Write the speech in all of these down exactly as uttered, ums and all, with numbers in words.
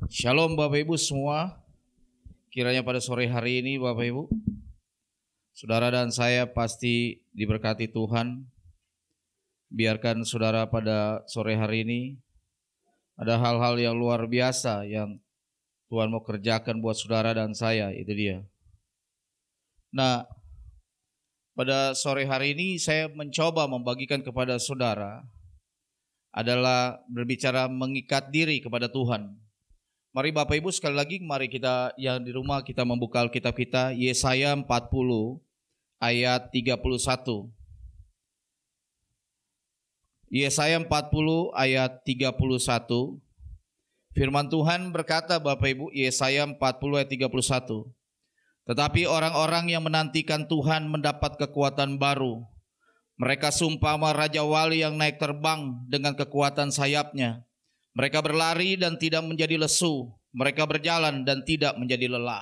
Shalom Bapak Ibu semua. Kiranya pada sore hari ini Bapak Ibu, saudara dan saya pasti diberkati Tuhan. Biarkan saudara pada sore hari ini ada hal-hal yang luar biasa yang Tuhan mau kerjakan buat saudara dan saya, itu dia. Nah, pada sore hari ini saya mencoba membagikan kepada saudara adalah berbicara mengikat diri kepada Tuhan. Mari Bapak Ibu sekali lagi, mari kita yang di rumah kita membuka Alkitab kita, Yesaya empat puluh ayat tiga puluh satu. Yesaya empat puluh ayat tiga puluh satu. Firman Tuhan berkata Bapak Ibu, Yesaya empat puluh ayat tiga puluh satu. Tetapi orang-orang yang menantikan Tuhan mendapat kekuatan baru. Mereka sumpama Raja Wali yang naik terbang dengan kekuatan sayapnya. Mereka berlari dan tidak menjadi lesu. Mereka berjalan dan tidak menjadi lelah.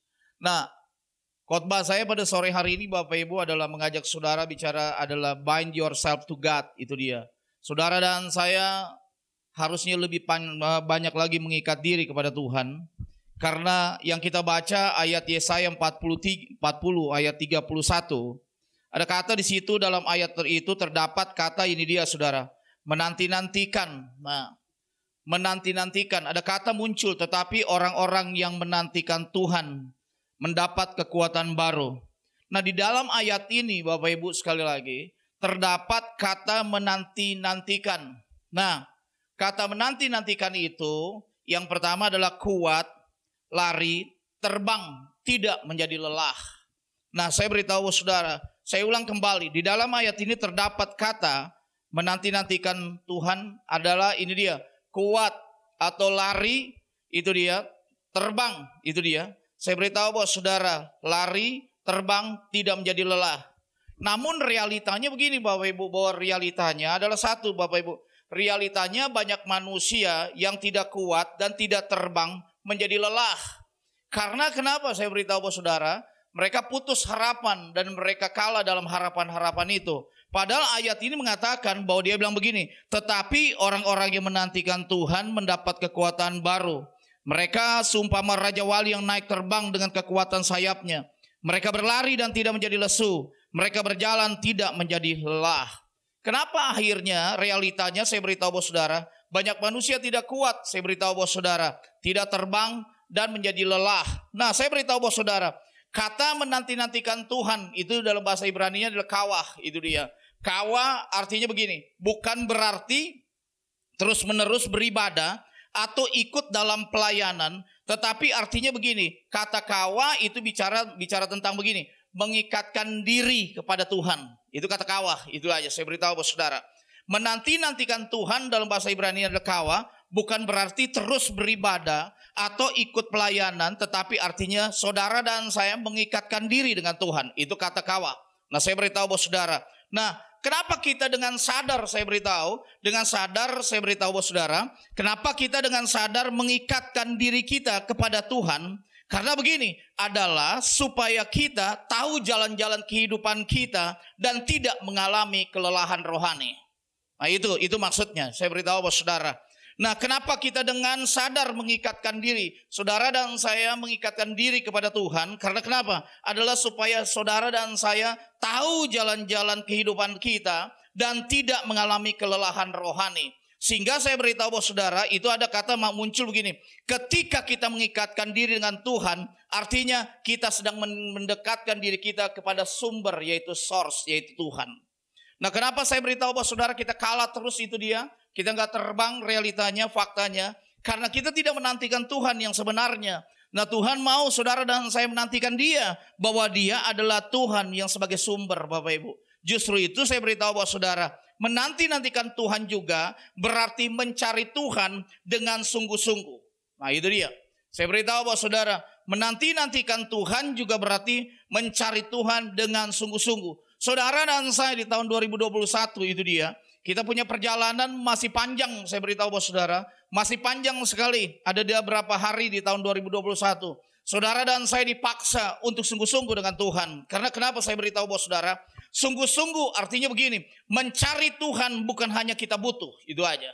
Nah, khotbah saya pada sore hari ini Bapak Ibu adalah mengajak saudara bicara adalah bind yourself to God. Itu dia. Saudara dan saya harusnya lebih banyak lagi mengikat diri kepada Tuhan. Karena yang kita baca ayat Yesaya empat puluh ayat tiga puluh satu. Ada kata di situ dalam ayat itu terdapat kata ini dia saudara. Menanti-nantikan. Nah, menanti-nantikan, ada kata muncul, tetapi orang-orang yang menantikan Tuhan mendapat kekuatan baru. Nah, di dalam ayat ini Bapak Ibu sekali lagi terdapat kata menanti-nantikan. Nah, kata menanti-nantikan itu yang pertama adalah kuat, lari, terbang, tidak menjadi lelah. Nah, saya beritahu saudara, saya ulang kembali, di dalam ayat ini terdapat kata menanti-nantikan Tuhan adalah ini dia. Kuat atau lari, itu dia. Terbang, itu dia. Saya beritahu bahwa saudara, lari, terbang, tidak menjadi lelah. Namun realitanya begini Bapak Ibu, bahwa realitanya adalah satu Bapak Ibu. Realitanya banyak manusia yang tidak kuat dan tidak terbang menjadi lelah. Karena kenapa saya beritahu bahwa saudara, mereka putus harapan dan mereka kalah dalam harapan-harapan itu. Padahal ayat ini mengatakan bahwa dia bilang begini, tetapi orang-orang yang menantikan Tuhan mendapat kekuatan baru. Mereka seumpama Raja Wali yang naik terbang dengan kekuatan sayapnya. Mereka berlari dan tidak menjadi lesu. Mereka berjalan tidak menjadi lelah. Kenapa akhirnya realitanya saya beritahu bahwa saudara, banyak manusia tidak kuat, saya beritahu bahwa saudara, tidak terbang dan menjadi lelah. Nah, saya beritahu bahwa saudara, kata menanti-nantikan Tuhan itu dalam bahasa Ibrani-nya adalah kawah, itu dia. Kawah artinya begini, bukan berarti terus-menerus beribadah atau ikut dalam pelayanan, tetapi artinya begini, kata kawah itu bicara bicara tentang begini, mengikatkan diri kepada Tuhan. Itu kata kawah, itu aja saya beritahu bahwa saudara. Menanti-nantikan Tuhan dalam bahasa Ibrani adalah kawah, bukan berarti terus beribadah atau ikut pelayanan, tetapi artinya saudara dan saya mengikatkan diri dengan Tuhan. Itu kata kawah. Nah, saya beritahu bahwa saudara. Nah, kenapa kita dengan sadar saya beritahu, dengan sadar saya beritahu bahwa saudara, kenapa kita dengan sadar mengikatkan diri kita kepada Tuhan? Karena begini, adalah supaya kita tahu jalan-jalan kehidupan kita dan tidak mengalami kelelahan rohani. Nah, itu itu maksudnya. Saya beritahu bahwa saudara. Nah, kenapa kita dengan sadar mengikatkan diri? Saudara dan saya mengikatkan diri kepada Tuhan. Karena kenapa? Adalah supaya saudara dan saya tahu jalan-jalan kehidupan kita dan tidak mengalami kelelahan rohani. Sehingga saya beritahu bahwa saudara, itu ada kata muncul begini. Ketika kita mengikatkan diri dengan Tuhan, artinya kita sedang mendekatkan diri kita kepada sumber, yaitu source, yaitu Tuhan. Nah, kenapa saya beritahu bahwa saudara kita kalah terus itu dia? Kita nggak terbang realitanya, faktanya. Karena kita tidak menantikan Tuhan yang sebenarnya. Nah, Tuhan mau saudara dan saya menantikan dia. Bahwa dia adalah Tuhan yang sebagai sumber Bapak Ibu. Justru itu saya beritahu bahwa saudara, menanti-nantikan Tuhan juga berarti mencari Tuhan dengan sungguh-sungguh. Nah, itu dia. Saya beritahu bahwa saudara, menanti-nantikan Tuhan juga berarti mencari Tuhan dengan sungguh-sungguh. Saudara dan saya di tahun dua ribu dua puluh satu itu dia, kita punya perjalanan masih panjang, saya beritahu bahwa saudara, masih panjang sekali. Ada dia berapa hari di tahun dua ribu dua puluh satu. Saudara dan saya dipaksa untuk sungguh-sungguh dengan Tuhan. Karena kenapa saya beritahu bahwa saudara, sungguh-sungguh artinya begini, mencari Tuhan bukan hanya kita butuh, itu aja.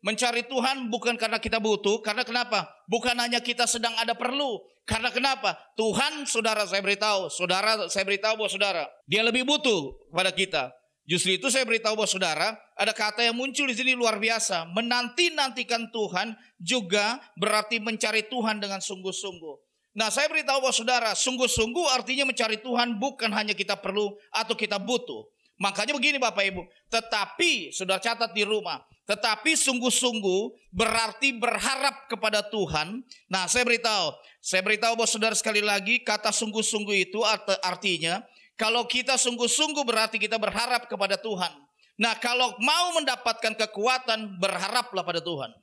Mencari Tuhan bukan karena kita butuh. Karena kenapa? Bukan hanya kita sedang ada perlu. Karena kenapa? Tuhan, saudara, saya beritahu. Saudara, saya beritahu bahwa saudara, Dia lebih butuh pada kita. Justru itu saya beritahu bahwa saudara, ada kata yang muncul di sini luar biasa. Menanti-nantikan Tuhan juga berarti mencari Tuhan dengan sungguh-sungguh. Nah, saya beritahu bahwa saudara, sungguh-sungguh artinya mencari Tuhan bukan hanya kita perlu atau kita butuh. Makanya begini Bapak Ibu, tetapi, saudara catat di rumah, tetapi sungguh-sungguh berarti berharap kepada Tuhan. Nah, saya beritahu, saya beritahu bahwa saudara sekali lagi, kata sungguh-sungguh itu artinya, kalau kita sungguh-sungguh berarti kita berharap kepada Tuhan. Nah, kalau mau mendapatkan kekuatan, berharaplah pada Tuhan.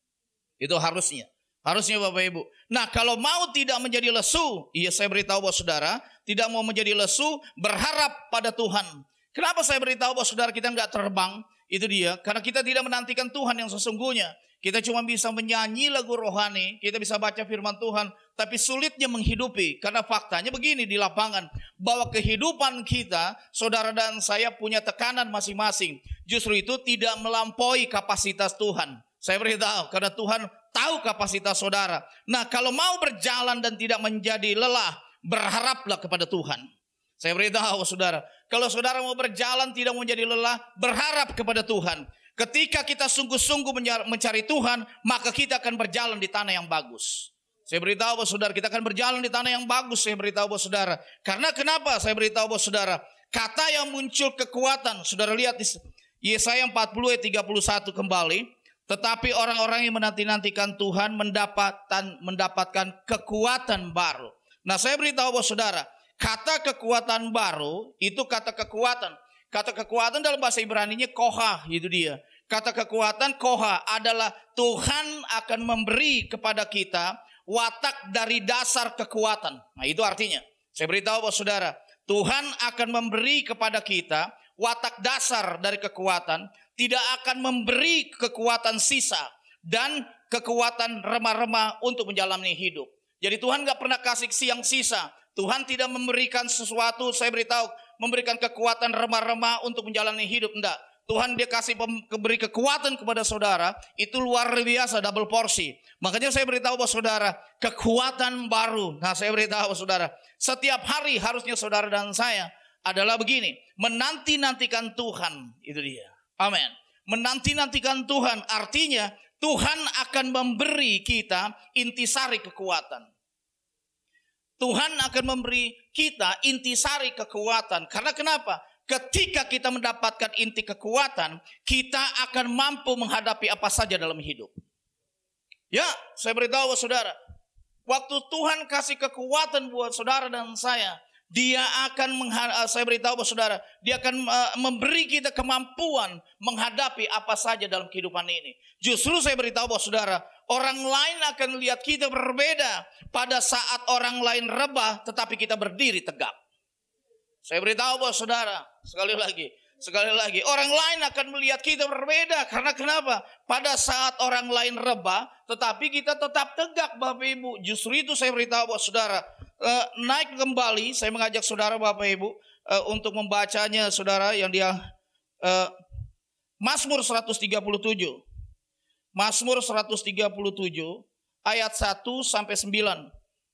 Itu harusnya. Harusnya Bapak Ibu. Nah, kalau mau tidak menjadi lesu, iya saya beritahu bahwa saudara, tidak mau menjadi lesu, berharap pada Tuhan. Kenapa saya beritahu bahwa saudara kita nggak terbang? Itu dia, karena kita tidak menantikan Tuhan yang sesungguhnya. Kita cuma bisa menyanyi lagu rohani, kita bisa baca firman Tuhan, tapi sulitnya menghidupi. Karena faktanya begini di lapangan, bahwa kehidupan kita, saudara dan saya punya tekanan masing-masing. Justru itu tidak melampaui kapasitas Tuhan. Saya beritahu, karena Tuhan tahu kapasitas saudara. Nah, kalau mau berjalan dan tidak menjadi lelah, berharaplah kepada Tuhan. Saya beritahu saudara, kalau saudara mau berjalan tidak menjadi lelah, berharap kepada Tuhan. Ketika kita sungguh-sungguh mencari Tuhan, maka kita akan berjalan di tanah yang bagus. Saya beritahu bahwa saudara, kita akan berjalan di tanah yang bagus. Saya beritahu bahwa saudara, karena kenapa? Saya beritahu bahwa saudara, kata yang muncul kekuatan, saudara lihat di Yesaya empat puluh ayat tiga puluh satu kembali. Tetapi orang-orang yang menanti-nantikan Tuhan mendapatkan mendapatkan kekuatan baru. Nah, saya beritahu bahwa saudara, kata kekuatan baru itu kata kekuatan. Kata kekuatan dalam bahasa Ibrani-nya koha, itu dia. Kata kekuatan koha adalah Tuhan akan memberi kepada kita watak dari dasar kekuatan. Nah, itu artinya. Saya beritahu bahwa saudara, Tuhan akan memberi kepada kita watak dasar dari kekuatan, tidak akan memberi kekuatan sisa dan kekuatan remah-remah untuk menjalani hidup. Jadi Tuhan gak pernah kasih siang sisa. Tuhan tidak memberikan sesuatu, saya beritahu, memberikan kekuatan remah-remah untuk menjalani hidup. Enggak. Tuhan dia kasih memberi kekuatan kepada saudara, itu luar biasa, double porsi. Makanya saya beritahu bahwa saudara, kekuatan baru. Nah, saya beritahu saudara, setiap hari harusnya saudara dan saya adalah begini, menanti-nantikan Tuhan, itu dia. Amin. Menanti-nantikan Tuhan artinya Tuhan akan memberi kita intisari kekuatan. Tuhan akan memberi kita intisari kekuatan. Karena kenapa? Ketika kita mendapatkan inti kekuatan, kita akan mampu menghadapi apa saja dalam hidup. Ya, saya beritahu saudara, waktu Tuhan kasih kekuatan buat saudara dan saya, Dia akan, saya beritahu bahwa saudara, Dia akan memberi kita kemampuan menghadapi apa saja dalam kehidupan ini. Justru saya beritahu bahwa saudara, orang lain akan melihat kita berbeda pada saat orang lain rebah, tetapi kita berdiri tegak. Saya beritahu bahwa saudara, sekali lagi, sekali lagi, orang lain akan melihat kita berbeda. Karena kenapa? Pada saat orang lain rebah, tetapi kita tetap tegak, Bapak Ibu. Justru itu saya beritahu bahwa saudara, Uh, naik kembali, saya mengajak saudara Bapak Ibu uh, untuk membacanya saudara yang dia uh, Mazmur seratus tiga puluh tujuh. Mazmur seratus tiga puluh tujuh ayat satu sampai sembilan.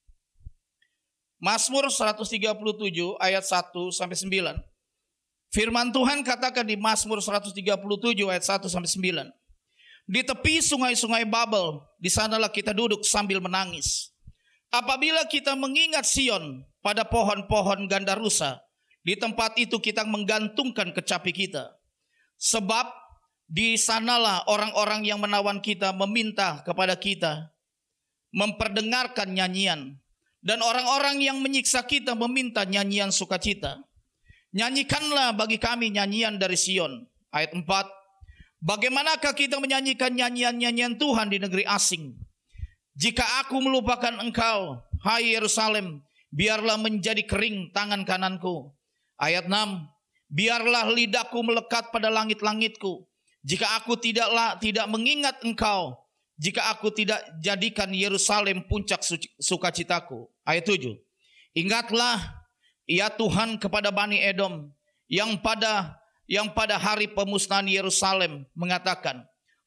Mazmur seratus tiga puluh tujuh ayat satu sampai sembilan. Firman Tuhan katakan di Mazmur seratus tiga puluh tujuh ayat satu sampai sembilan. Di tepi sungai-sungai Babel, di sanalah kita duduk sambil menangis. Apabila kita mengingat Sion pada pohon-pohon gandarusa, di tempat itu kita menggantungkan kecapi kita. Sebab di sanalah orang-orang yang menawan kita meminta kepada kita, memperdengarkan nyanyian. Dan orang-orang yang menyiksa kita meminta nyanyian sukacita. Nyanyikanlah bagi kami nyanyian dari Sion. Ayat empat. Bagaimanakah kita menyanyikan nyanyian-nyanyian Tuhan di negeri asing? Jika aku melupakan engkau, hai Yerusalem, biarlah menjadi kering tangan kananku. Ayat enam. Biarlah lidahku melekat pada langit-langitku. Jika aku tidaklah tidak mengingat engkau, jika aku tidak jadikan Yerusalem puncak sukacitaku. Ayat tujuh. Ingatlah ya Tuhan kepada Bani Edom yang pada yang pada hari pemusnahan Yerusalem mengatakan,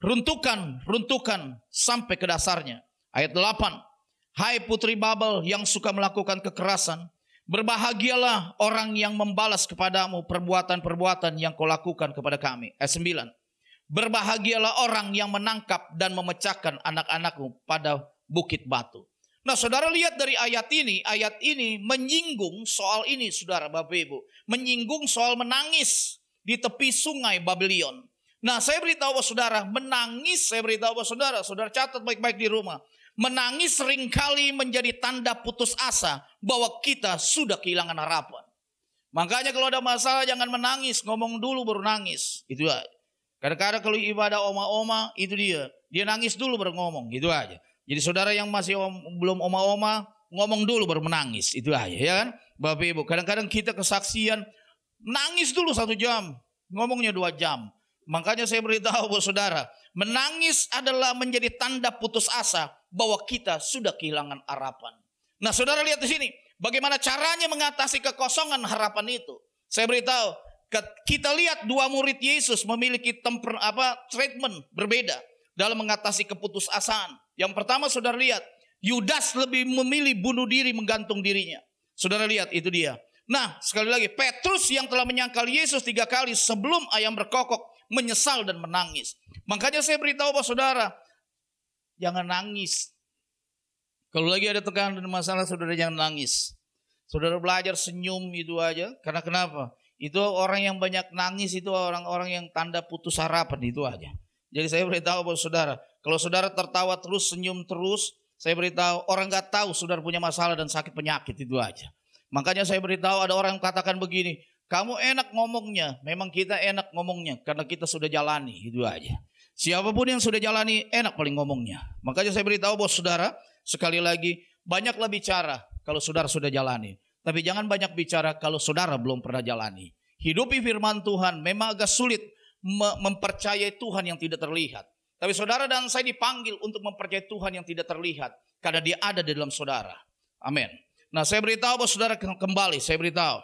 runtuhkan, runtuhkan sampai ke dasarnya. Ayat delapan. Hai putri Babel yang suka melakukan kekerasan, berbahagialah orang yang membalas kepadamu perbuatan-perbuatan yang kau lakukan kepada kami. Ayat sembilan. Berbahagialah orang yang menangkap dan memecahkan anak-anakmu pada bukit batu. Nah, saudara lihat dari ayat ini, ayat ini menyinggung soal ini, saudara, Bapak Ibu. Menyinggung soal menangis di tepi sungai Babelion. Nah, saya beritahu saudara, menangis, saya beritahu saudara, saudara catat baik-baik di rumah. Menangis seringkali menjadi tanda putus asa bahwa kita sudah kehilangan harapan. Makanya kalau ada masalah jangan menangis, ngomong dulu baru nangis. Itu aja. Kadang-kadang kalau ibadah oma-oma, itu dia. Dia nangis dulu baru ngomong, gitu aja. Jadi saudara yang masih om, belum oma-oma, ngomong dulu baru menangis. Itu aja, ya kan? Bapak Ibu, kadang-kadang kita kesaksian, nangis dulu satu jam, ngomongnya dua jam. Makanya saya beritahu buat saudara, menangis adalah menjadi tanda putus asa bahwa kita sudah kehilangan harapan. Nah, saudara lihat di sini, bagaimana caranya mengatasi kekosongan harapan itu. Saya beritahu, kita lihat dua murid Yesus memiliki temper, apa, treatment berbeda dalam mengatasi keputusasaan. Yang pertama, saudara lihat, Yudas lebih memilih bunuh diri, menggantung dirinya. Saudara lihat, itu dia. Nah, sekali lagi, Petrus yang telah menyangkal Yesus tiga kali sebelum ayam berkokok, menyesal dan menangis. Makanya saya beritahu bahwa saudara, jangan nangis. Kalau lagi ada tekanan dan masalah, saudara jangan nangis. Saudara belajar senyum itu aja. Karena kenapa? Itu orang yang banyak nangis, itu orang-orang yang tanda putus harapan, itu aja. Jadi saya beritahu bahwa saudara, kalau saudara tertawa terus, senyum terus, saya beritahu orang gak tahu saudara punya masalah dan sakit penyakit, itu aja. Makanya saya beritahu ada orang yang katakan begini, kamu enak ngomongnya, memang kita enak ngomongnya karena kita sudah jalani, itu aja. Siapapun yang sudah jalani enak paling ngomongnya. Makanya saya beritahu bahwa saudara, sekali lagi, banyaklah bicara kalau saudara sudah jalani. Tapi jangan banyak bicara kalau saudara belum pernah jalani. Hidupi firman Tuhan memang agak sulit mempercayai Tuhan yang tidak terlihat. Tapi saudara dan saya dipanggil untuk mempercayai Tuhan yang tidak terlihat. Karena dia ada di dalam saudara. Amin. Nah, saya beritahu bahwa saudara kembali, saya beritahu.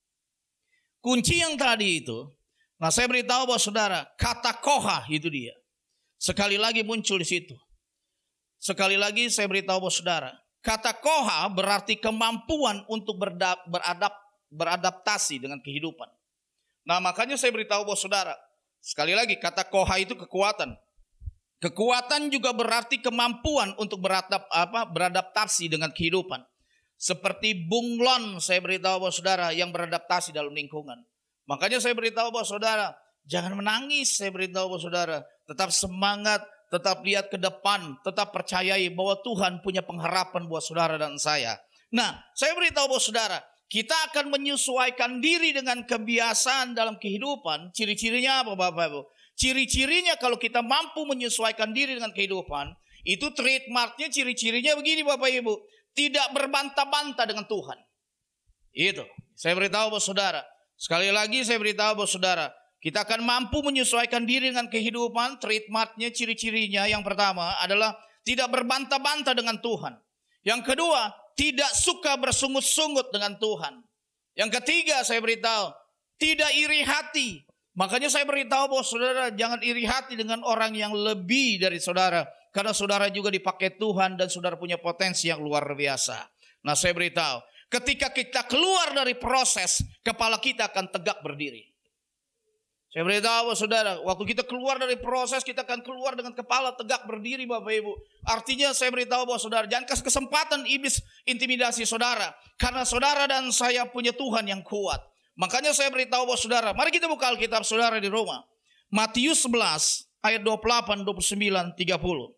Kunci yang tadi itu, nah saya beritahu bahwa saudara, kata koha itu dia. Sekali lagi muncul di situ. Sekali lagi saya beritahu bahwa saudara, kata koha berarti kemampuan untuk beradap, beradap, beradaptasi dengan kehidupan. Nah, makanya saya beritahu bahwa saudara, sekali lagi kata koha itu kekuatan. Kekuatan juga berarti kemampuan untuk beradap, apa, beradaptasi dengan kehidupan. Seperti bunglon, saya beritahu bahwa saudara, yang beradaptasi dalam lingkungan. Makanya saya beritahu bahwa saudara, jangan menangis, saya beritahu bahwa saudara, tetap semangat, tetap lihat ke depan, tetap percayai bahwa Tuhan punya pengharapan buat saudara dan saya. Nah, saya beritahu bahwa saudara, kita akan menyesuaikan diri dengan kebiasaan dalam kehidupan. Ciri-cirinya apa Bapak Ibu? Ciri-cirinya kalau kita mampu menyesuaikan diri dengan kehidupan, itu trademarknya, ciri-cirinya begini Bapak Ibu. Tidak berbantah-bantah dengan Tuhan. Itu. Saya beritahu bahwa saudara. Sekali lagi saya beritahu bahwa saudara. Kita akan mampu menyesuaikan diri dengan kehidupan. Trademarknya, ciri-cirinya yang pertama adalah tidak berbantah-bantah dengan Tuhan. Yang kedua, tidak suka bersungut-sungut dengan Tuhan. Yang ketiga saya beritahu, tidak iri hati. Makanya saya beritahu bahwa saudara jangan iri hati dengan orang yang lebih dari saudara. Karena saudara juga dipakai Tuhan dan saudara punya potensi yang luar biasa. Nah, saya beritahu, ketika kita keluar dari proses, kepala kita akan tegak berdiri. Saya beritahu saudara, waktu kita keluar dari proses, kita akan keluar dengan kepala tegak berdiri Bapak Ibu. Artinya saya beritahu bahwa saudara, jangan kasih kesempatan iblis intimidasi saudara. Karena saudara dan saya punya Tuhan yang kuat. Makanya saya beritahu bahwa saudara, mari kita buka Alkitab saudara di rumah. Matius sebelas ayat dua puluh delapan, dua puluh sembilan, tiga puluh.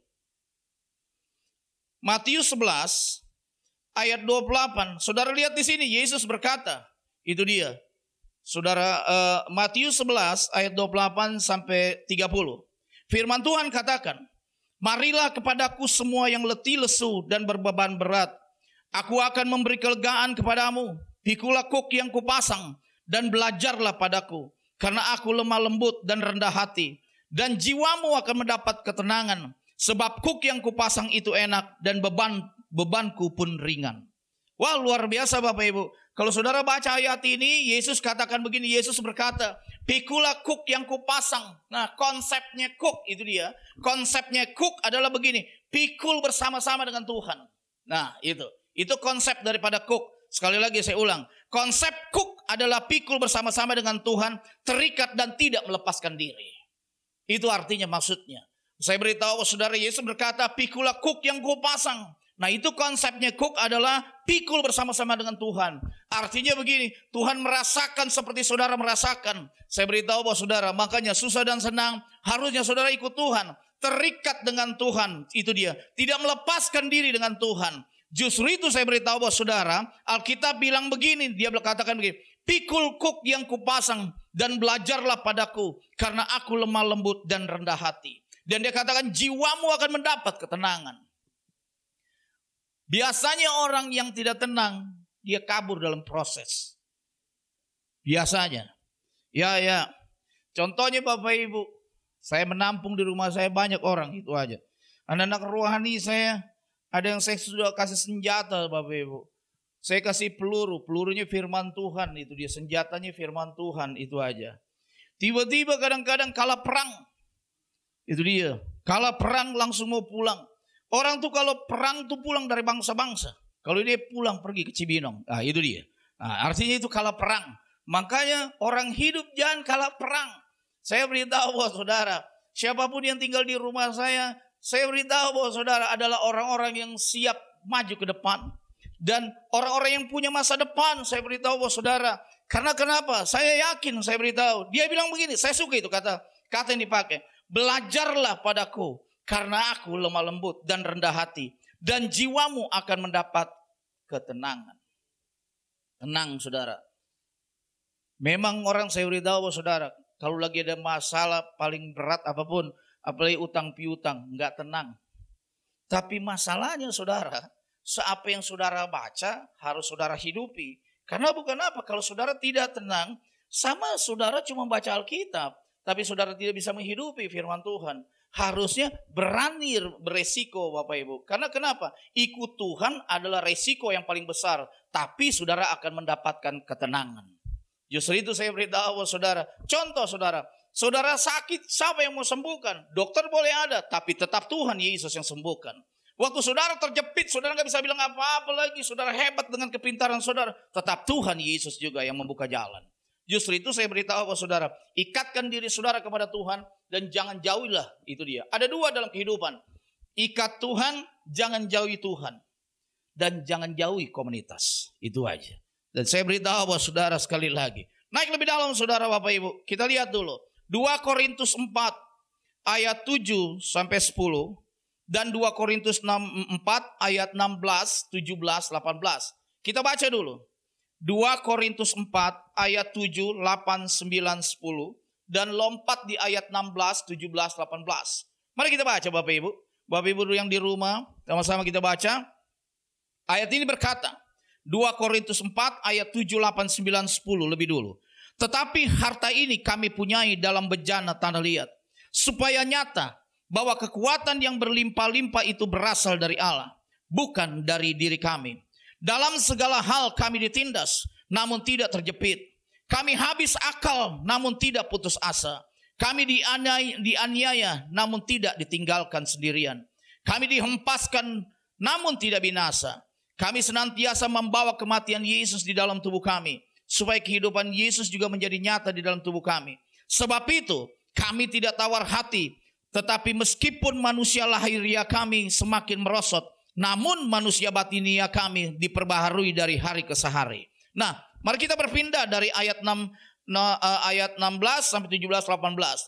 Matius sebelas ayat dua puluh delapan. Saudara lihat di sini Yesus berkata, itu dia. Saudara uh, Matius sebelas ayat dua puluh delapan sampai tiga puluh. Firman Tuhan katakan, marilah kepadaku semua yang letih lesu dan berbeban berat. Aku akan memberi kelegaan kepadamu. Pikulah kuk yang kupasang dan belajarlah padaku. Karena aku lemah lembut dan rendah hati. Dan jiwamu akan mendapat ketenangan. Sebab kuk yang kupasang itu enak dan beban bebanku pun ringan. Wah, luar biasa Bapak Ibu. Kalau saudara baca ayat ini, Yesus katakan begini, Yesus berkata, pikulah kuk yang kupasang. Nah, konsepnya kuk itu dia. Konsepnya kuk adalah begini, pikul bersama-sama dengan Tuhan. Nah, itu. Itu konsep daripada kuk. Sekali lagi saya ulang. Konsep kuk adalah pikul bersama-sama dengan Tuhan, terikat dan tidak melepaskan diri. Itu artinya maksudnya. Saya beritahu saudara, Yesus berkata, pikulah kuk yang kupasang. Nah, itu konsepnya kuk adalah pikul bersama-sama dengan Tuhan. Artinya begini, Tuhan merasakan seperti saudara merasakan. Saya beritahu bahwa saudara, makanya susah dan senang, harusnya saudara ikut Tuhan. Terikat dengan Tuhan, itu dia. Tidak melepaskan diri dengan Tuhan. Justru itu saya beritahu bahwa saudara, Alkitab bilang begini, dia berkatakan begini, pikul kuk yang kupasang dan belajarlah padaku, karena aku lemah lembut dan rendah hati. Dan dia katakan jiwamu akan mendapat ketenangan. Biasanya orang yang tidak tenang, dia kabur dalam proses. Biasanya. Ya, ya. Contohnya Bapak Ibu, saya menampung di rumah saya banyak orang, itu aja. Anak-anak rohani saya, ada yang saya sudah kasih senjata Bapak Ibu. Saya kasih peluru, pelurunya firman Tuhan, itu dia. Senjatanya firman Tuhan, itu aja. Tiba-tiba kadang-kadang kalah perang. Itu dia. Kalah perang langsung mau pulang. Orang tuh kalau perang tuh pulang dari bangsa-bangsa. Kalau dia pulang pergi ke Cibinong. Nah, itu dia. Nah, artinya itu kalah perang. Makanya orang hidup jangan kalah perang. Saya beritahu bahwa saudara, siapapun yang tinggal di rumah saya, saya beritahu bahwa saudara adalah orang-orang yang siap maju ke depan. Dan orang-orang yang punya masa depan, saya beritahu bahwa saudara. Karena kenapa? Saya yakin, saya beritahu. Dia bilang begini, saya suka itu kata kata yang dipakai. Belajarlah padaku, karena aku lemah lembut dan rendah hati, dan jiwamu akan mendapat ketenangan. Tenang saudara. Memang orang saya beritahu saudara, kalau lagi ada masalah paling berat apapun, apalagi utang piutang, nggak tenang. Tapi masalahnya saudara, seapa yang saudara baca harus saudara hidupi. Karena bukan apa, kalau saudara tidak tenang, sama saudara cuma baca Alkitab, tapi saudara tidak bisa menghidupi firman Tuhan. Harusnya berani beresiko Bapak Ibu. Karena kenapa? Ikut Tuhan adalah resiko yang paling besar. Tapi saudara akan mendapatkan ketenangan. Justru itu saya beritahu saudara. Contoh saudara. Saudara sakit, siapa yang mau sembuhkan? Dokter boleh ada, tapi tetap Tuhan Yesus yang sembuhkan. Waktu saudara terjepit, saudara gak bisa bilang apa-apa lagi. Saudara hebat dengan kepintaran saudara. Tetap Tuhan Yesus juga yang membuka jalan. Justru itu saya beritahu kepada saudara, ikatkan diri saudara kepada Tuhan dan jangan jauhilah, itu dia. Ada dua dalam kehidupan. Ikat Tuhan, jangan jauhi Tuhan. Dan jangan jauhi komunitas. Itu aja. Dan saya beritahu kepada saudara sekali lagi. Naik lebih dalam saudara Bapak Ibu. Kita lihat dulu. dua Korintus empat ayat tujuh sampai sepuluh. Dan dua Korintus empat ayat enam belas, tujuh belas, delapan belas. Kita baca dulu. dua Korintus empat ayat tujuh, delapan, sembilan, sepuluh. Dan lompat di ayat enam belas, tujuh belas, delapan belas. Mari kita baca Bapak Ibu. Bapak Ibu yang di rumah, sama-sama kita baca. Ayat ini berkata, dua Korintus empat ayat tujuh, delapan, sembilan, sepuluh lebih dulu. Tetapi harta ini kami punyai dalam bejana tanah liat. Supaya nyata bahwa kekuatan yang berlimpah-limpah itu berasal dari Allah. Bukan dari diri kami. Dalam segala hal kami ditindas, namun tidak terjepit. Kami habis akal, namun tidak putus asa. Kami dianiaya, dianiaya, namun tidak ditinggalkan sendirian. Kami dihempaskan, namun tidak binasa. Kami senantiasa membawa kematian Yesus di dalam tubuh kami, supaya kehidupan Yesus juga menjadi nyata di dalam tubuh kami. Sebab itu, kami tidak tawar hati, tetapi meskipun manusia lahiriah kami semakin merosot, namun manusia batinia kami diperbaharui dari hari ke hari. Nah, mari kita berpindah dari ayat enam, ayat enam belas sampai tujuh belas, delapan belas.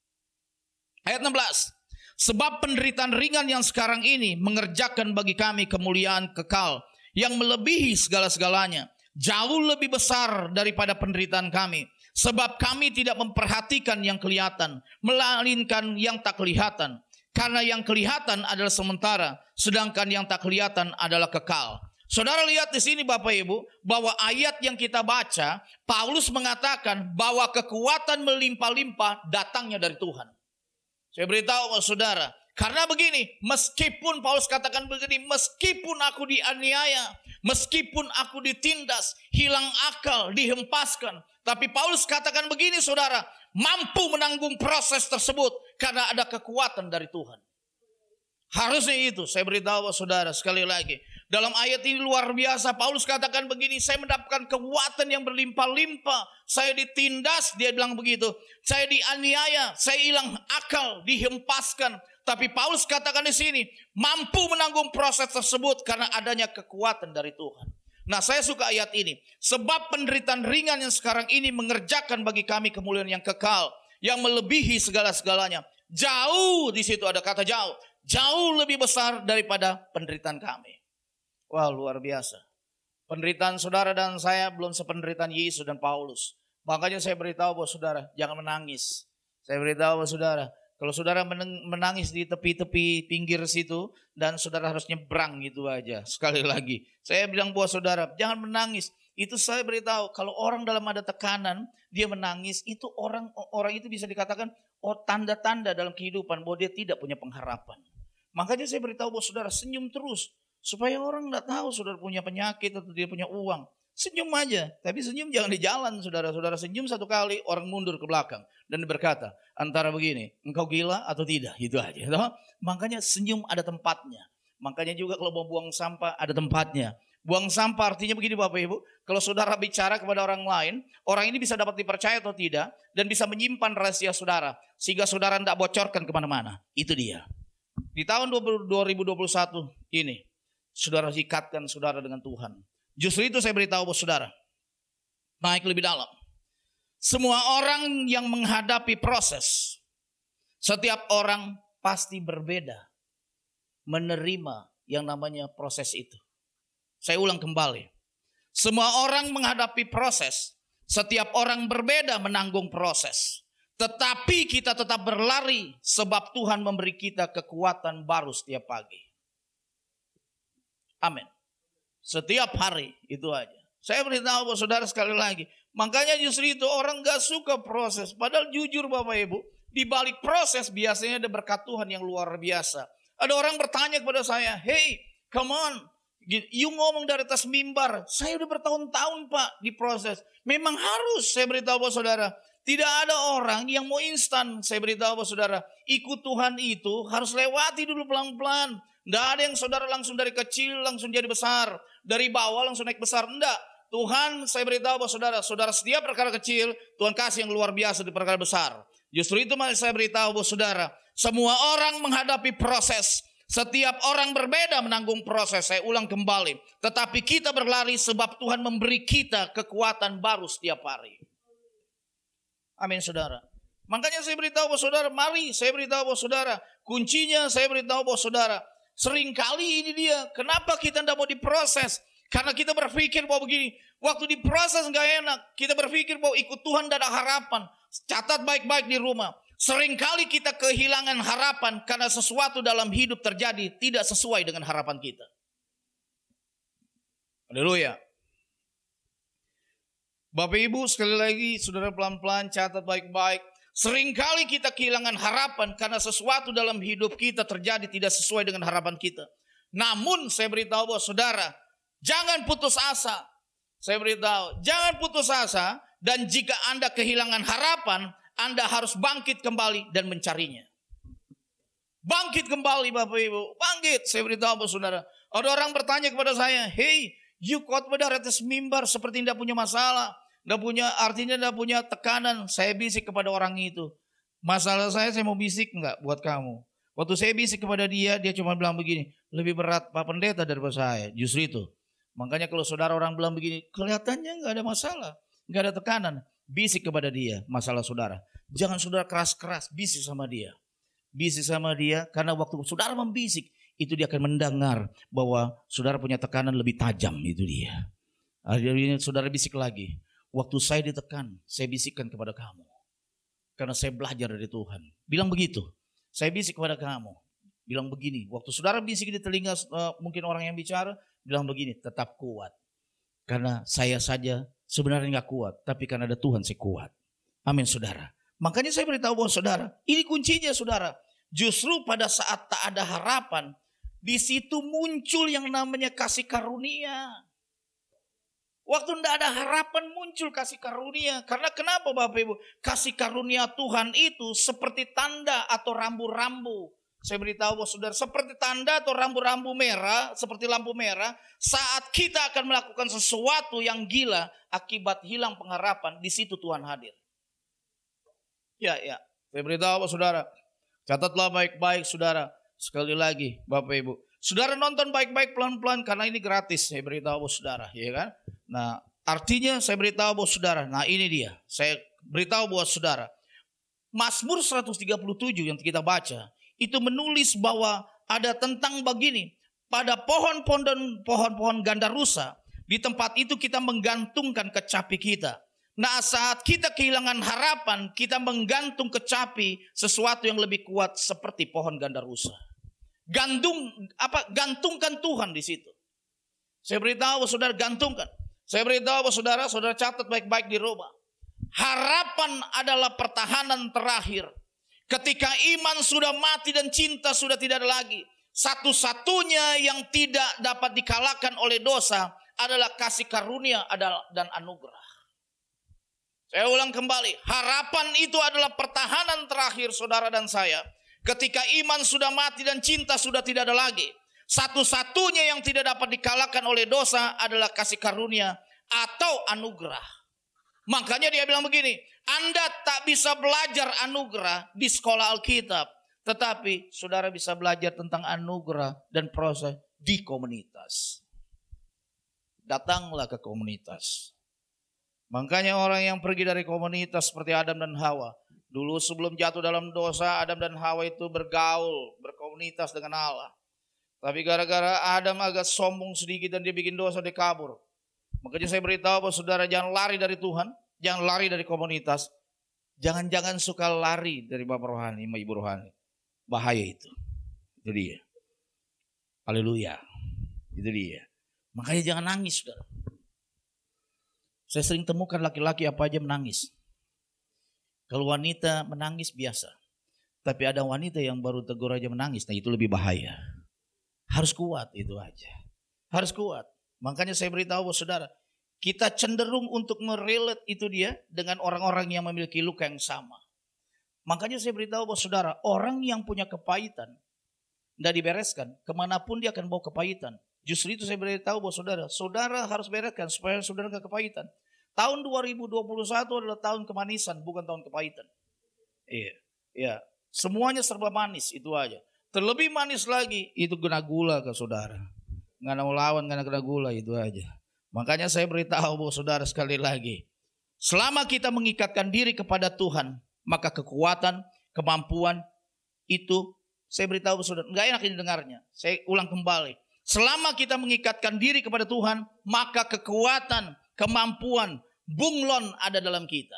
Ayat enam belas. Sebab penderitaan ringan yang sekarang ini mengerjakan bagi kami kemuliaan kekal yang melebihi segala-segalanya. Jauh lebih besar daripada penderitaan kami. Sebab kami tidak memperhatikan yang kelihatan, melainkan yang tak kelihatan. Karena yang kelihatan adalah sementara, sedangkan yang tak kelihatan adalah kekal. Saudara lihat di sini Bapak Ibu, bahwa ayat yang kita baca, Paulus mengatakan bahwa kekuatan melimpah-limpah datangnya dari Tuhan. Saya beritahu kepada saudara, Karena begini, meskipun Paulus katakan begini, meskipun aku dianiaya, meskipun aku ditindas, hilang akal, dihempaskan. Tapi Paulus katakan begini saudara, mampu menanggung proses tersebut karena ada kekuatan dari Tuhan. Harusnya itu, saya beritahu saudara sekali lagi. Dalam ayat ini luar biasa, Paulus katakan begini, saya mendapatkan kekuatan yang berlimpah-limpah. Saya ditindas, dia bilang begitu. Saya dianiaya, saya hilang akal, dihempaskan. Tapi Paulus katakan di sini, mampu menanggung proses tersebut karena adanya kekuatan dari Tuhan. Nah, saya suka ayat ini. Sebab penderitaan ringan yang sekarang ini mengerjakan bagi kami kemuliaan yang kekal, yang melebihi segala-segalanya. Jauh, di situ ada kata jauh. Jauh lebih besar daripada penderitaan kami. Wah, luar biasa. Penderitaan saudara dan saya belum sependeritaan Yesus dan Paulus. Makanya saya beritahu bahwa saudara, jangan menangis. Saya beritahu bahwa saudara, kalau saudara menangis di tepi-tepi pinggir situ dan saudara harus nyebrang gitu aja. Sekali lagi, saya bilang buat saudara, jangan menangis. Itu saya beritahu, kalau orang dalam ada tekanan, dia menangis, itu orang orang itu bisa dikatakan oh tanda-tanda dalam kehidupan bahwa dia tidak punya pengharapan. Makanya saya beritahu bahwa saudara senyum terus. Supaya orang tidak tahu saudara punya penyakit atau dia punya uang. Senyum aja. Tapi senyum jangan di jalan saudara. Saudara senyum satu kali orang mundur ke belakang. Dan berkata antara begini. Engkau gila atau tidak. Itu aja. Tahu? Makanya senyum ada tempatnya. Makanya juga kalau mau buang sampah ada tempatnya. Buang sampah artinya begini Bapak Ibu. Kalau saudara bicara kepada orang lain. Orang ini bisa dapat dipercaya atau tidak. Dan bisa menyimpan rahasia saudara. Sehingga saudara tidak bocorkan kemana-mana. Itu dia. Di tahun dua ribu dua puluh satu ini. Saudara ikatkan saudara dengan Tuhan. Justru itu saya beritahu buat saudara. Naik lebih dalam. Semua orang yang menghadapi proses. Setiap orang pasti berbeda. Menerima yang namanya proses itu. Saya ulang kembali. Semua orang menghadapi proses. Setiap orang berbeda menanggung proses. Tetapi kita tetap berlari. Sebab Tuhan memberi kita kekuatan baru setiap pagi. Amin. Setiap hari itu aja. Saya beritahu buat saudara sekali lagi. Makanya justru itu orang gak suka proses. Padahal jujur Bapak Ibu. Di balik proses biasanya ada berkat Tuhan yang luar biasa. Ada orang bertanya kepada saya. Hey, come on. You ngomong dari atas mimbar. Saya udah bertahun-tahun Pak di proses. Memang harus saya beritahu buat saudara. Tidak ada orang yang mau instan. Saya beritahu buat saudara. Ikut Tuhan itu harus lewati dulu pelan-pelan. Tidak ada yang saudara langsung dari kecil langsung jadi besar. Dari bawah langsung naik besar. Tidak. Tuhan saya beritahu bahwa saudara. Saudara setiap perkara kecil. Tuhan kasih yang luar biasa di perkara besar. Justru itu saya beritahu bahwa saudara. Semua orang menghadapi proses. Setiap orang berbeda menanggung proses. Saya ulang kembali. Tetapi kita berlari sebab Tuhan memberi kita kekuatan baru setiap hari. Amin saudara. Makanya saya beritahu bahwa saudara. Mari saya beritahu bahwa saudara. Kuncinya saya beritahu bahwa saudara. Seringkali ini dia, kenapa kita tidak mau diproses? Karena kita berpikir bahwa begini, waktu diproses gak enak. Kita berpikir bahwa ikut Tuhan tidak ada harapan. Catat baik-baik di rumah. Seringkali kita kehilangan harapan karena sesuatu dalam hidup terjadi tidak sesuai dengan harapan kita. Haleluya. Bapak Ibu sekali lagi, saudara pelan-pelan catat baik-baik. Seringkali kita kehilangan harapan karena sesuatu dalam hidup kita terjadi tidak sesuai dengan harapan kita. Namun saya beritahu bahwa saudara, jangan putus asa. Saya beritahu, jangan putus asa. Dan jika Anda kehilangan harapan, Anda harus bangkit kembali dan mencarinya. Bangkit kembali Bapak Ibu, bangkit. Saya beritahu bahwa saudara, ada orang bertanya kepada saya, hey, you khotbah dari atas mimbar seperti tidak punya masalah. Tidak punya, artinya tidak punya tekanan. Saya bisik kepada orang itu. Masalah saya, saya mau bisik enggak buat kamu. Waktu saya bisik kepada dia, dia cuma bilang begini. Lebih berat Pak Pendeta daripada saya. Justru itu. Makanya kalau saudara orang bilang begini, kelihatannya enggak ada masalah. Enggak ada tekanan. Bisik kepada dia masalah saudara. Jangan saudara keras-keras, bisik sama dia. Bisik sama dia, karena waktu saudara membisik, itu dia akan mendengar bahwa saudara punya tekanan lebih tajam, itu dia. Akhirnya saudara bisik lagi. Waktu saya ditekan, saya bisikkan kepada kamu. Karena saya belajar dari Tuhan. Bilang begitu. Saya bisik kepada kamu. Bilang begini. Waktu saudara bisik di telinga uh, mungkin orang yang bicara. Bilang begini. Tetap kuat. Karena saya saja sebenarnya gak kuat. Tapi karena ada Tuhan saya kuat. Amin saudara. Makanya saya beritahu bahwa saudara. Ini kuncinya saudara. Justru pada saat tak ada harapan, di situ muncul yang namanya kasih karunia. Waktu tidak ada harapan muncul kasih karunia. Karena kenapa Bapak Ibu? Kasih karunia Tuhan itu seperti tanda atau rambu-rambu. Saya beritahu saudara, seperti tanda atau rambu-rambu merah, seperti lampu merah. Saat kita akan melakukan sesuatu yang gila, akibat hilang pengharapan, di situ Tuhan hadir. Ya, ya. Saya beritahu saudara, catatlah baik-baik saudara. Sekali lagi Bapak Ibu. Saudara nonton baik-baik pelan-pelan karena ini gratis. Saya beritahu saudara, ya kan? Nah, artinya saya beritahu buat saudara. Nah, ini dia. Saya beritahu buat saudara. Mazmur seratus tiga puluh tujuh yang kita baca, itu menulis bahwa ada tentang begini. Pada pohon-pohon dan pohon-pohon gandarusa, di tempat itu kita menggantungkan kecapi kita. Nah, saat kita kehilangan harapan, kita menggantung kecapi sesuatu yang lebih kuat seperti pohon gandarusa. Gantung apa? Gantungkan Tuhan di situ. Saya beritahu saudara, gantungkan. Saya beritahu saudara, saudara catat baik-baik di Roma. Harapan adalah pertahanan terakhir. Ketika iman sudah mati dan cinta sudah tidak ada lagi, satu-satunya yang tidak dapat dikalahkan oleh dosa adalah kasih karunia dan anugerah. Saya ulang kembali, harapan itu adalah pertahanan terakhir saudara dan saya. Ketika iman sudah mati dan cinta sudah tidak ada lagi, satu-satunya yang tidak dapat dikalahkan oleh dosa adalah kasih karunia atau anugerah. Makanya dia bilang begini, Anda tak bisa belajar anugerah di sekolah Alkitab, tetapi saudara bisa belajar tentang anugerah dan proses di komunitas. Datanglah ke komunitas. Makanya orang yang pergi dari komunitas seperti Adam dan Hawa, dulu sebelum jatuh dalam dosa, Adam dan Hawa itu bergaul, berkomunitas dengan Allah. Tapi gara-gara Adam agak sombong sedikit dan dia bikin dosa, dia kabur. Makanya saya beritahu bahwa saudara jangan lari dari Tuhan, jangan lari dari komunitas. Jangan-jangan suka lari dari Bapak rohani, Ibu rohani. Bahaya itu. Itu dia. Haleluya. Itu dia. Makanya jangan nangis, saudara. Saya sering temukan laki-laki apa aja menangis. Kalau wanita menangis biasa. Tapi ada wanita yang baru tegur aja menangis. Nah itu lebih bahaya. Harus kuat itu aja. Harus kuat. Makanya saya beritahu saudara. Kita cenderung untuk merelate itu dia dengan orang-orang yang memiliki luka yang sama. Makanya saya beritahu saudara. Orang yang punya kepahitan. Tidak dibereskan. Kemanapun dia akan bawa kepahitan. Justru itu saya beritahu bahwa saudara, saudara harus bereskan supaya saudara gak kepahitan. Tahun dua ribu dua puluh satu adalah tahun kemanisan, bukan tahun kepahitan. Iya, iya. Semuanya serba manis, itu aja. Terlebih manis lagi, itu kena gula ke saudara. Nggak mau lawan, nggak kena gula, itu aja. Makanya saya beritahu bahwa saudara sekali lagi, selama kita mengikatkan diri kepada Tuhan, maka kekuatan, kemampuan itu, saya beritahu saudara, nggak enak ini dengarnya. Saya ulang kembali. Selama kita mengikatkan diri kepada Tuhan, maka kekuatan, kemampuan, bunglon ada dalam kita.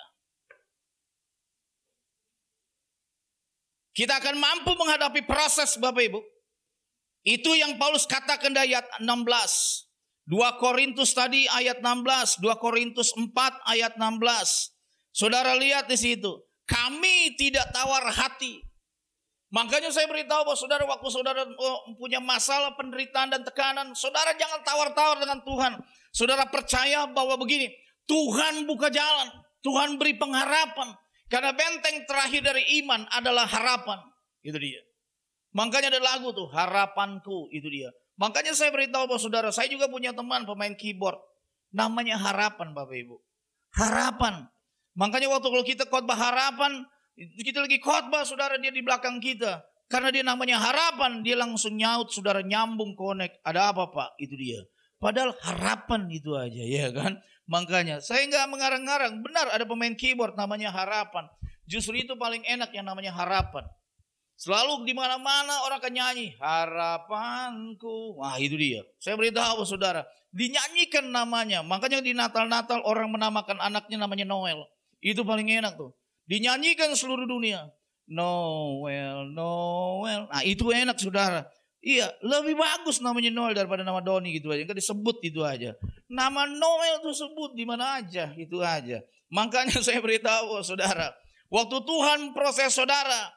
Kita akan mampu menghadapi proses Bapak Ibu. Itu yang Paulus katakan di ayat enam belas. dua Korintus tadi ayat enam belas. dua Korintus empat ayat enam belas. Saudara lihat di situ. Kami tidak tawar hati. Makanya saya beritahu bahwa saudara waktu saudara punya masalah penderitaan dan tekanan, saudara jangan tawar-tawar dengan Tuhan. Saudara percaya bahwa begini, Tuhan buka jalan, Tuhan beri pengharapan. Karena benteng terakhir dari iman adalah harapan. Itu dia. Makanya ada lagu tuh, harapanku, itu dia. Makanya saya beritahu bahwa saudara, saya juga punya teman pemain keyboard. Namanya harapan Bapak Ibu. Harapan. Makanya waktu kalau kita khotbah harapan, kita lagi khotbah saudara dia di belakang kita. Karena dia namanya harapan. Dia langsung nyaut saudara nyambung connect. Ada apa Pak? Itu dia. Padahal harapan itu aja ya kan. Makanya saya gak mengarang-arang. Benar ada pemain keyboard namanya harapan. Justru itu paling enak yang namanya harapan. Selalu di mana-mana orang akan nyanyi. Harapanku. Wah itu dia. Saya beritahu saudara. Dinyanyikan namanya. Makanya di Natal-Natal orang menamakan anaknya namanya Noel. Itu paling enak tuh. Dinyanyikan seluruh dunia. Noel, Noel. Nah itu enak saudara. Iya lebih bagus namanya Noel daripada nama Doni gitu aja. Kan disebut itu aja. Nama Noel itu sebut di mana aja. Itu aja. Makanya saya beritahu saudara. Waktu Tuhan proses saudara.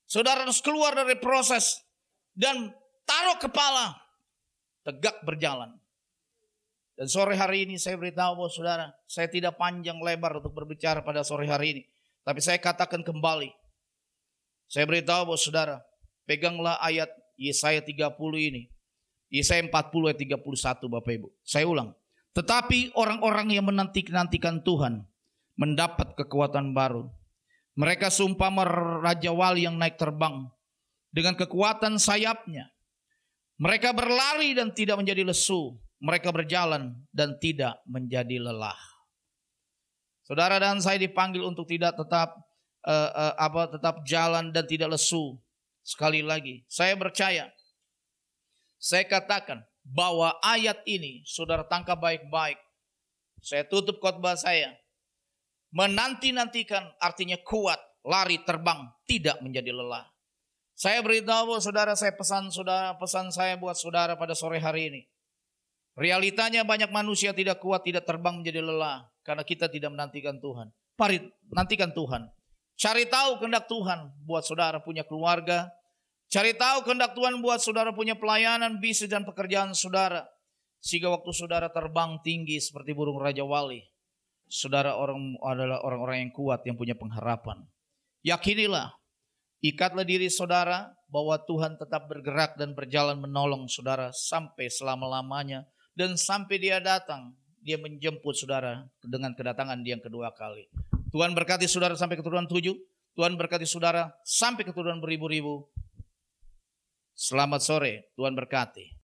Saudara harus keluar dari proses dan taruh kepala, tegak berjalan. Dan sore hari ini saya beritahu bahwa saudara, saya tidak panjang lebar untuk berbicara pada sore hari ini. Tapi saya katakan kembali, saya beritahu bahwa saudara, peganglah ayat Yesaya tiga puluh ini. Yesaya empat puluh ayat tiga puluh satu Bapak Ibu. Saya ulang. Tetapi orang-orang yang menanti-nantikan Tuhan mendapat kekuatan baru. Mereka seumpama raja wali yang naik terbang dengan kekuatan sayapnya. Mereka berlari dan tidak menjadi lesu. Mereka berjalan dan tidak menjadi lelah. Saudara dan saya dipanggil untuk tidak tetap uh, uh, apa tetap jalan dan tidak lesu. Sekali lagi, saya percaya. Saya katakan bahwa ayat ini saudara tangkap baik-baik. Saya tutup khotbah saya. Menanti-nantikan artinya kuat, lari, terbang, tidak menjadi lelah. Saya beritahu saudara, saya pesan saudara, pesan saya buat saudara pada sore hari ini. Realitanya banyak manusia tidak kuat, tidak terbang menjadi lelah karena kita tidak menantikan Tuhan. Mari nantikan Tuhan. Cari tahu kehendak Tuhan buat saudara punya keluarga. Cari tahu kehendak Tuhan buat saudara punya pelayanan, bisnis dan pekerjaan saudara. Sehingga waktu saudara terbang tinggi seperti burung raja wali, saudara orang adalah orang-orang yang kuat yang punya pengharapan. Yakinilah, ikatlah diri saudara bahwa Tuhan tetap bergerak dan berjalan menolong saudara sampai selama-lamanya. Dan sampai dia datang, dia menjemput saudara dengan kedatangan dia yang kedua kali. Tuhan berkati saudara sampai keturunan tujuh. Tuhan berkati saudara sampai keturunan beribu-ribu. Selamat sore, Tuhan berkati.